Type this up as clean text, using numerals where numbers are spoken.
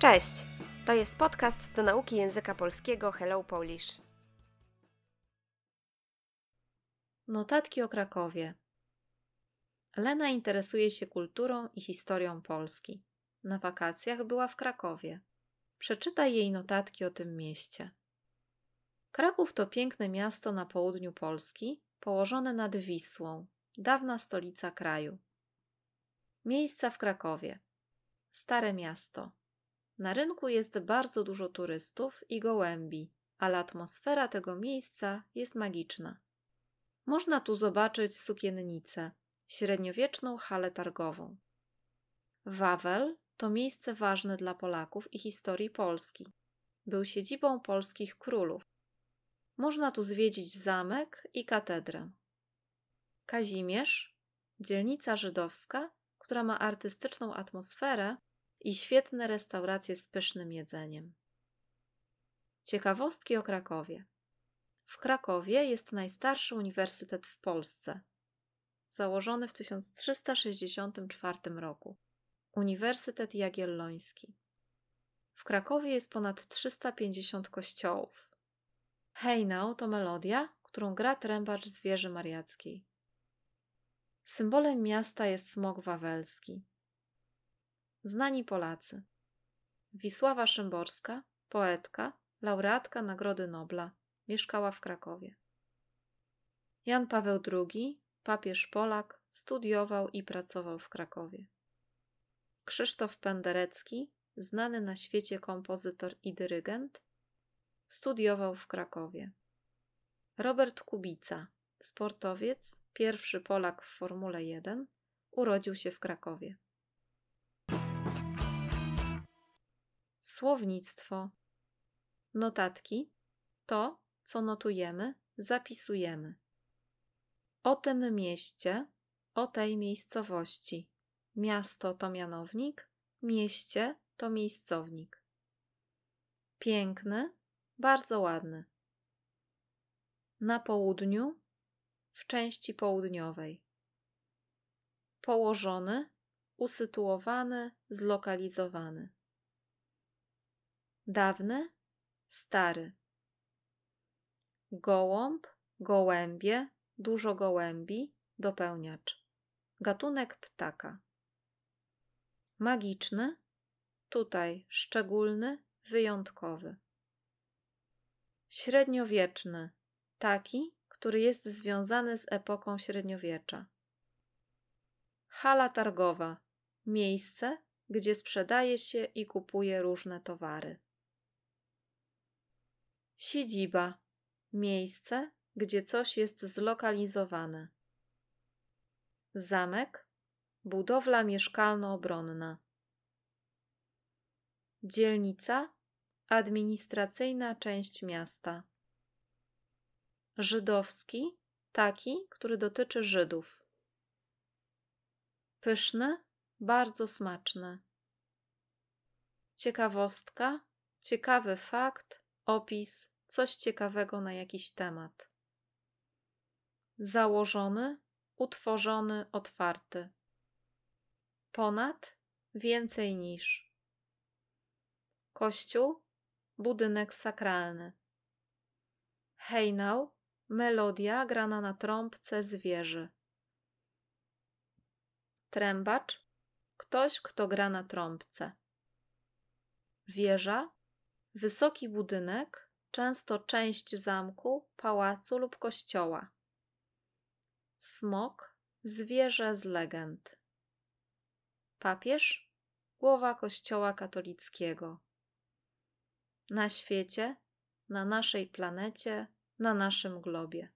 Cześć! To jest podcast do nauki języka polskiego Hello Polish. Notatki o Krakowie. Lena interesuje się kulturą i historią Polski. Na wakacjach była w Krakowie. Przeczytaj jej notatki o tym mieście. Kraków to piękne miasto na południu Polski, położone nad Wisłą, dawna stolica kraju. Miejsca w Krakowie. Stare miasto. Na rynku jest bardzo dużo turystów i gołębi, ale atmosfera tego miejsca jest magiczna. Można tu zobaczyć sukiennicę, średniowieczną halę targową. Wawel to miejsce ważne dla Polaków i historii Polski. Był siedzibą polskich królów. Można tu zwiedzić zamek i katedrę. Kazimierz, dzielnica żydowska, która ma artystyczną atmosferę i świetne restauracje z pysznym jedzeniem. Ciekawostki o Krakowie. W Krakowie jest najstarszy uniwersytet w Polsce, założony w 1364 roku. Uniwersytet Jagielloński. W Krakowie jest ponad 350 kościołów. Hejnał to melodia, którą gra trębacz z wieży mariackiej. Symbolem miasta jest smok wawelski. Znani Polacy. Wisława Szymborska, poetka, laureatka Nagrody Nobla, mieszkała w Krakowie. Jan Paweł II, papież Polak, studiował i pracował w Krakowie. Krzysztof Penderecki, znany na świecie kompozytor i dyrygent, studiował w Krakowie. Robert Kubica, sportowiec, pierwszy Polak w Formule 1, urodził się w Krakowie. Słownictwo. Notatki to, co notujemy, zapisujemy. O tym mieście, o tej miejscowości. Miasto to mianownik, mieście to miejscownik. Piękny, bardzo ładny. Na południu, w części południowej. Położony, usytuowany, zlokalizowany. Dawny, stary. Gołąb, gołębie, dużo gołębi, dopełniacz. Gatunek ptaka. Magiczny, tutaj szczególny, wyjątkowy. Średniowieczny, taki, który jest związany z epoką średniowiecza. Hala targowa, miejsce, gdzie sprzedaje się i kupuje różne towary. Siedziba, miejsce, gdzie coś jest zlokalizowane. Zamek, budowla mieszkalno-obronna. Dzielnica, administracyjna część miasta. Żydowski, taki, który dotyczy Żydów. Pyszny, bardzo smaczny. Ciekawostka, ciekawy fakt, opis, coś ciekawego na jakiś temat. Założony, utworzony, otwarty. Ponad, więcej niż. Kościół, budynek sakralny. Hejnał, melodia grana na trąbce z wieży. Trębacz, ktoś, kto gra na trąbce. Wieża, wysoki budynek, często część zamku, pałacu lub kościoła. Smok, zwierzę z legend. Papież, głowa Kościoła katolickiego. Na świecie, na naszej planecie, na naszym globie.